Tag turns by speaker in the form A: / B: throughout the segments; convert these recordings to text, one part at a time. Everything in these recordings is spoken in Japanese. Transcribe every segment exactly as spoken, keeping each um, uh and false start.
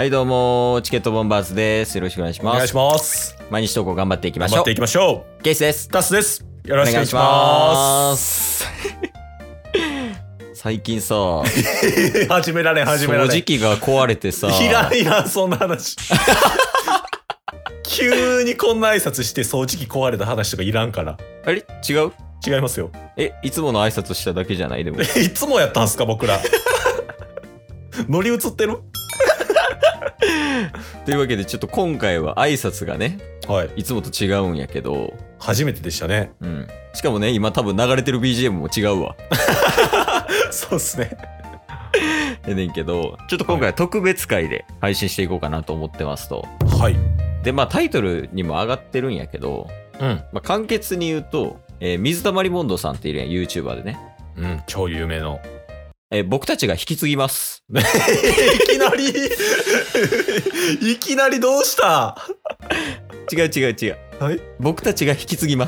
A: はいどうもチケットボンバーズです。よろしくお願いします。
B: お願いします。
A: 毎日投稿頑張っていきましょう。
B: 頑張っていきましょ
A: う。ケイスです。
B: タスです。よろしくお願いします。
A: 最近さ
B: 始められん始められん。
A: 掃除機が壊れてさ。
B: いらんいらんそんな話。急にこんな挨拶して掃除機壊れた話とかいらんから。
A: あれ違う？
B: 違いますよ。
A: え、いつもの挨拶しただけじゃない？でも
B: いつもやったんすか僕ら。乗り移ってる？
A: というわけでちょっと今回は挨拶がね、
B: はい、
A: いつもと違うんやけど
B: 初めてでしたね。
A: うん。しかもね今多分流れてる ビージーエム も違うわ。
B: そうっすね。
A: やねんけどちょっと今回は特別回で配信していこうかなと思ってますと。
B: はい。
A: でまあタイトルにも上がってるんやけど、
B: うん。
A: まあ、簡潔に言うと、えー、水溜りボンドさんっているやん YouTuber でね。
B: うん、超有名の。
A: えー、僕たちが引き継ぎます。
B: いきなりいきなりどうした？
A: 違う違う違う。
B: はい。
A: 僕たちが引き継ぎます。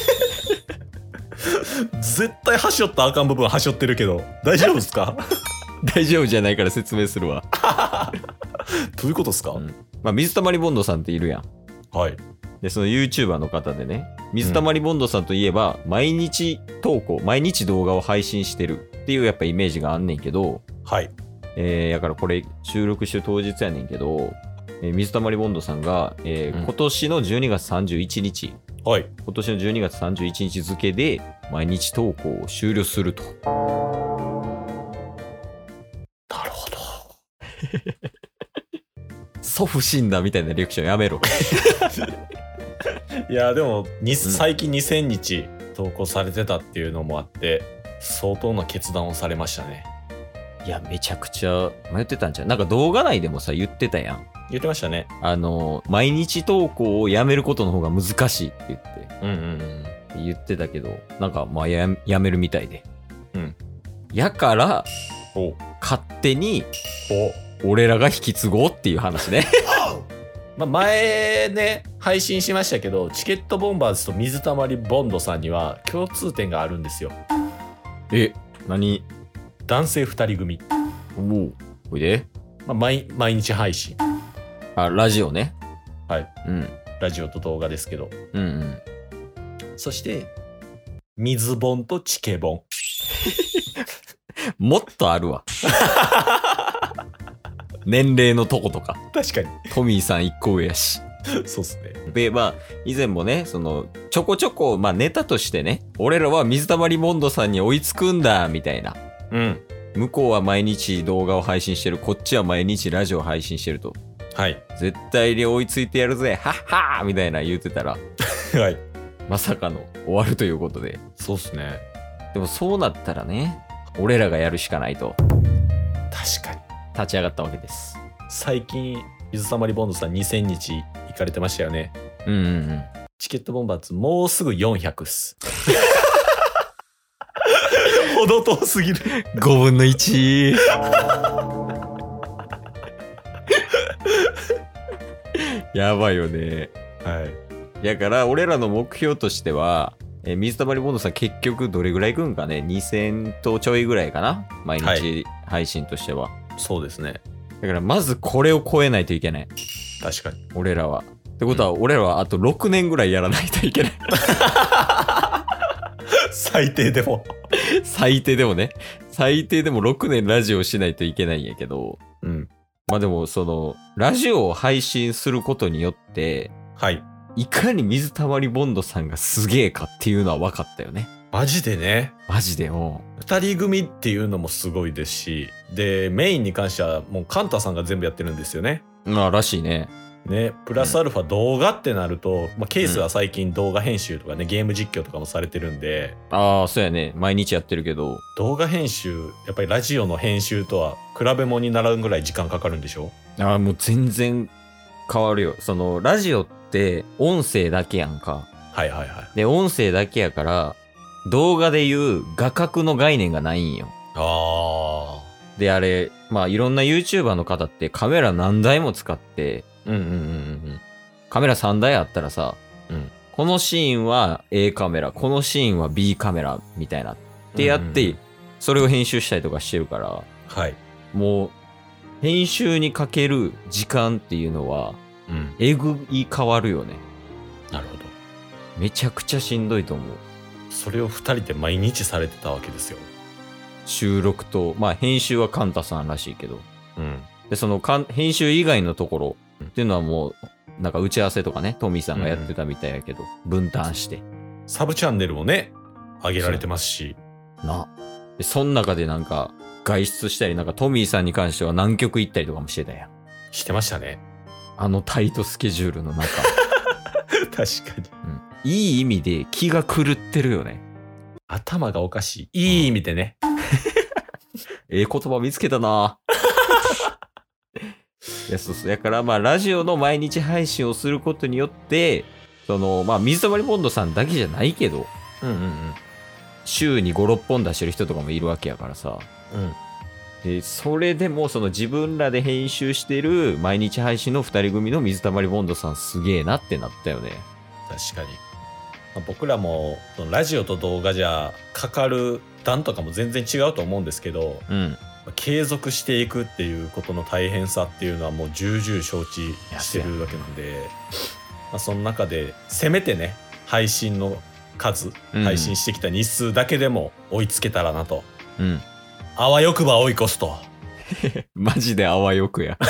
B: 絶対端折ったらあかん部分は端折ってるけど大丈夫ですか？
A: 大丈夫じゃないから説明するわ。
B: どういうことですか？
A: うん、まあ水溜りボンドさんっているやん。
B: はい。
A: でその YouTuber の方でね、水溜りボンドさんといえば、うん、毎日投稿毎日動画を配信してるっていうやっぱイメージがあんねんけど、
B: はい。
A: えー、だからこれ収録してる当日やねんけど、えー、水溜りボンドさんが、えーうん、今年のじゅうにがつさんじゅういちにち、
B: はい、
A: 今年のじゅうにがつさんじゅういちにち付で毎日投稿を終了すると。
B: なるほど。
A: 祖父死んだみたいなリアクションやめろ。
B: いやでもに、うん、最近にせんにち投稿されてたっていうのもあって相当な決断をされましたね。
A: いやめちゃくちゃ迷ってたんじゃん。なんか動画内でもさ言ってたやん。
B: 言ってましたね。
A: あの毎日投稿をやめることの方が難しいって言って、
B: うんうんうん、
A: 言ってたけどなんかまあ や, やめるみたいで、
B: うん、
A: やから
B: お
A: 勝手にお俺らが引き継ごうっていう話ね。
B: まあ前ね配信しましたけどチケットボンバーズと水溜りボンドさんには共通点があるんですよ。
A: え何？
B: 男性ふたり組。
A: おお。これで、
B: まあ、毎, 毎日配信。
A: あラジオね。
B: はい、
A: うん、
B: ラジオと動画ですけど、
A: うんうん、
B: そして水本とチケボン。
A: もっとあるわ。年齢のとことか。
B: 確かに
A: トミーさんいっこ上やし。
B: そうっすね。
A: でまあ以前もねそのちょこちょこまあネタとしてね俺らは水溜りボンドさんに追いつくんだみたいな、
B: うん、
A: 向こうは毎日動画を配信してる、こっちは毎日ラジオを配信してると、
B: はい、
A: 絶対に追いついてやるぜはっはーみたいな言ってたら
B: はい、
A: まさかの終わるということで。
B: そうっすね。
A: でもそうなったらね俺らがやるしかないと
B: 確かに
A: 立ち上がったわけです。
B: 最近水溜りボンドさんにせんにち行かれてましたよね。
A: うんうんうん。
B: チケットボンバーズもうすぐよんひゃくっす。ほど遠すぎる。
A: ごぶんのいち。やばいよね。
B: はい。
A: だから俺らの目標としては、えー、水溜りボンドさん結局どれぐらいいくんかね。にせんとちょいぐらいかな毎日配信としては、はい、
B: そうですね。
A: だからまずこれを超えないといけない。
B: 確かに
A: 俺らはってことは、うん、俺らはあとろくねんぐらいやらないといけない。
B: 最低でも
A: 最低でもね最低でもろくねんラジオしないといけないんやけど、
B: うん、
A: まあでもそのラジオを配信することによって
B: はい
A: いかに水溜りボンドさんがすげえかっていうのは分かったよね。
B: マジでね。
A: マジでも
B: うふたり組っていうのもすごいですし、でメインに関してはもうカンタさんが全部やってるんですよね。
A: まあらしいね。
B: ね、プラスアルファ動画ってなると、うんまあ、ケースは最近動画編集とかね、うん、ゲーム実況とかもされてるんで。
A: ああそうやね毎日やってるけど
B: 動画編集やっぱりラジオの編集とは比べ物にならんぐらい時間かかるんでしょ。
A: ああもう全然変わるよ。そのラジオって音声だけやんか。
B: はいはいはい。
A: で音声だけやから動画でいう画角の概念がないんよ。
B: あ
A: あであれまあいろんな YouTuber の方ってカメラ何台も使って
B: うんうんうんうん
A: カメラさんだいあったらさ、
B: うん、
A: このシーンは A カメラこのシーンは B カメラみたいなってやって、うんうん、それを編集したりとかしてるから、
B: はい、
A: もう編集にかける時間っていうのは、
B: うん。
A: えぐい変わるよね。
B: なるほど。
A: めちゃくちゃしんどいと思う。
B: それをふたりで毎日されてたわけですよ。
A: 収録と、まあ編集はカンタさんらしいけど。
B: うん。
A: で、そのかん編集以外のところっていうのはもう、なんか打ち合わせとかね、トミーさんがやってたみたいやけど、分担して。
B: サブチャンネルもね、上げられてますし。
A: な。で、その中でなんか、外出したり、なんかトミーさんに関しては南極行ったりとかもしてたやん。
B: してましたね。
A: あのタイトスケジュールの中。
B: 確かに。
A: うん。いい意味で気が狂ってるよね。
B: 頭がおかしい。いい意味でね。
A: ええ言葉見つけたな。いや、そうそう。だからまあ、ラジオの毎日配信をすることによって、その、まあ、水溜りボンドさんだけじゃないけど、
B: うんうんうん。
A: 週にご、ろっぽん出してる人とかもいるわけやからさ。
B: うん。
A: で、それでもその自分らで編集してる毎日配信のふたり組の水溜りボンドさんすげえなってなったよね。
B: 確かに。まあ、僕らもそのラジオと動画じゃかかる段とかも全然違うと思うんですけど、
A: うん。
B: 継続していくっていうことの大変さっていうのはもう重々承知してるわけなんで、まあ、その中でせめてね配信の数、
A: うん、
B: 配信してきた日数だけでも追いつけたらなと。
A: うん。
B: あわよくば追い越すと。
A: マジであわよくや。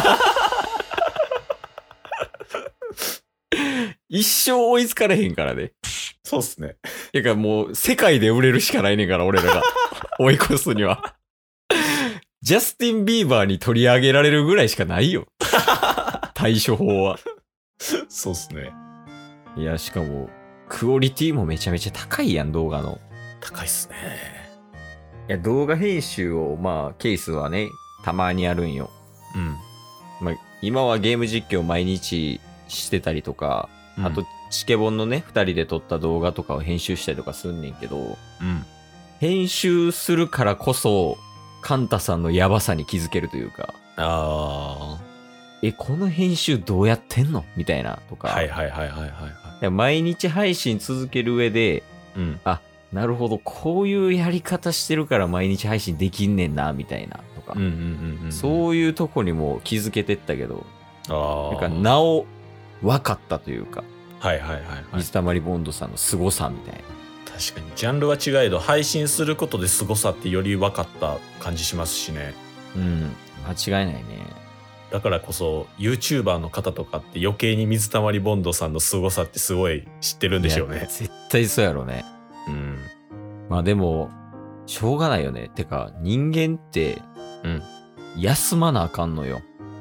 A: 一生追いつかれへんからね。
B: そうっすね。
A: てかもう世界で売れるしかないねんから俺らが追い越すには。ジャスティン・ビーバーに取り上げられるぐらいしかないよ。対処法は。
B: そうっすね。
A: いや、しかも、クオリティもめちゃめちゃ高いやん、動画の。
B: 高いっすね。
A: いや、動画編集を、まあ、ケースはね、たまにやるんよ。
B: うん。
A: まあ、今はゲーム実況毎日してたりとか、うん、あと、チケボンのね、二人で撮った動画とかを編集したりとかすんねんけど、
B: うん。
A: 編集するからこそ、カンタさんのヤバさに気づけるというか、
B: ああ。
A: え、この編集どうやってんのみたいなとか。
B: はいはいはいはいはい、はい。
A: 毎日配信続ける上で、
B: うん。
A: あ、なるほど、こういうやり方してるから毎日配信できんねんな、みたいなとか。
B: うんうんうんうん。
A: そういうとこにも気づけてったけど、
B: ああ。
A: なんかなお分かったというか。
B: はいはいはい、はい。
A: 水溜りボンドさんの凄さみたいな。
B: 確かにジャンルは違えど配信することで凄さってより分かった感じしますしね。
A: うん、間違いないね。
B: だからこそ YouTuber の方とかって余計に水溜りボンドさんの凄さってすごい知ってるんでしょうね。
A: 絶対そうやろね。
B: うん。
A: まあでもしょうがないよね。てか人間ってうん休まなあかんのよ。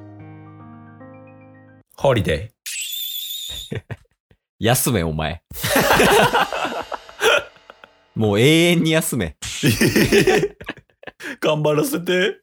B: ホリデ
A: ー。休めお前。もう永遠に休め。
B: 頑張らせて。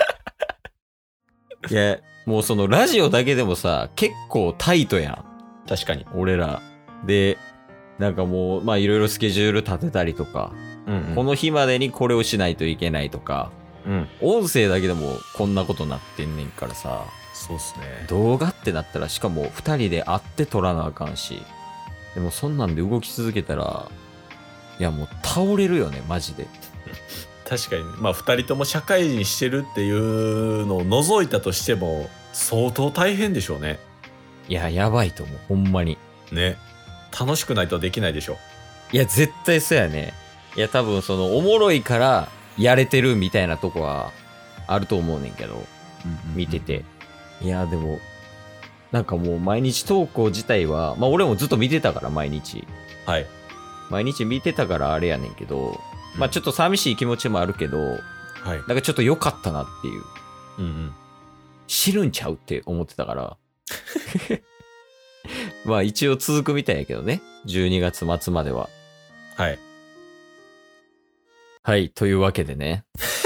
A: いや、もうそのラジオだけでもさ、結構タイトやん。
B: 確かに。
A: 俺ら。で、なんかもう、まあいろいろスケジュール立てたりとか、うんうん、この日までにこれをしないといけないとか、うん、音声だけでもこんなことなってんねんからさ。
B: そうっすね。
A: 動画ってなったらしかも二人で会って撮らなあかんし。でもそんなんで動き続けたら、いやもう倒れるよね、マジで。
B: 確かに。まあ二人とも社会人してるっていうのを除いたとしても、相当大変でしょうね。
A: いや、やばいと思う、ほんまに。
B: ね。楽しくないとできないでしょ。
A: いや、絶対そうやね。いや、多分その、おもろいからやれてるみたいなとこはあると思うねんけど、うんうんうん、見てて。いや、でも、なんかもう毎日投稿自体は、まあ俺もずっと見てたから、毎日。
B: はい。
A: 毎日見てたからあれやねんけど、うん、まあちょっと寂しい気持ちもあるけど、はい。なんかちょっと良かったなっていう。
B: うんうん。
A: 知るんちゃうって思ってたから。まあ一応続くみたいやけどね。じゅうにがつ末までは。
B: はい。
A: はい。というわけでね。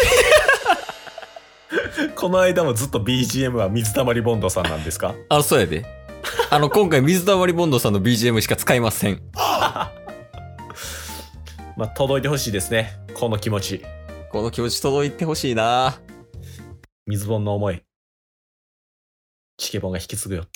B: この間もずっと ビージーエム は水溜りボンドさんなんですか？
A: あ、そうやで。あの、今回水溜りボンドさんの ビージーエム しか使いません。
B: まあ、届いてほしいですね。この気持ち。
A: この気持ち届いてほしいな。
B: 水ボンの思い。チケボンが引き継ぐよ。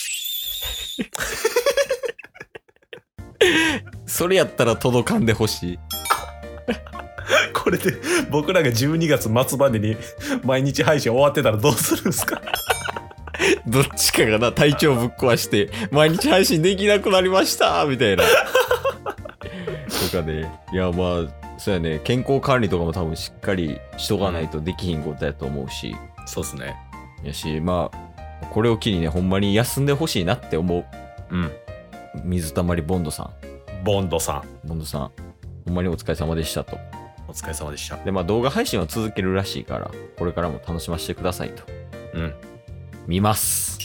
A: それやったら届かんでほしい。
B: これで僕らがじゅうにがつ末までに毎日配信終わってたらどうするんですか？
A: どっちかがな、体調ぶっ壊して毎日配信できなくなりましたみたいなとかね。いやまあそうやね、健康管理とかも多分しっかりしとかないとできひんことやと思うし、
B: そうっすね。
A: やし、まあこれを機にね、ほんまに休んでほしいなって思う。
B: うん。
A: 水溜りボンドさん
B: ボンドさん
A: ボンドさんほんまにお疲れ様でしたと。
B: お疲れ様でした。
A: でまあ動画配信は続けるらしいから、これからも楽しませてくださいと。
B: うん。
A: 見ます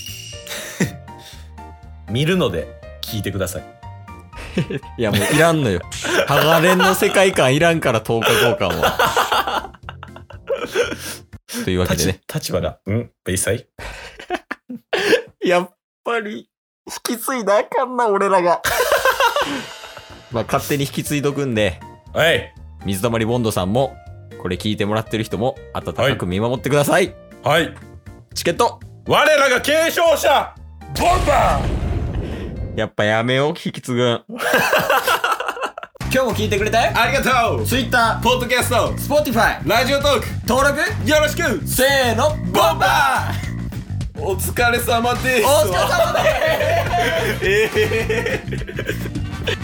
B: 見るので聞いてください。
A: いやもういらんのよ。ハガレンの世界観いらんから、とおかごかんは。というわけでね。
B: 立場が、うん、ベイサイ
A: やっぱり、引き継いだあかんな、俺らが。まあ勝手に引き継いどくんで、
B: はい。
A: 水溜りボンドさんも、これ聞いてもらってる人も、温かく見守ってください。
B: はい。
A: チケット
B: 我らが継承者ボンバー。
A: やっぱやめよう、引き継ぐん。今日も聞いてくれて
B: ありがとう。
A: Twitter、
B: ポッドキャスト、
A: Spotify、
B: ラジオトーク
A: 登録
B: よろしく。
A: せーの、ボンバー。
B: お疲れ様です。
A: お疲れ様です。
B: えー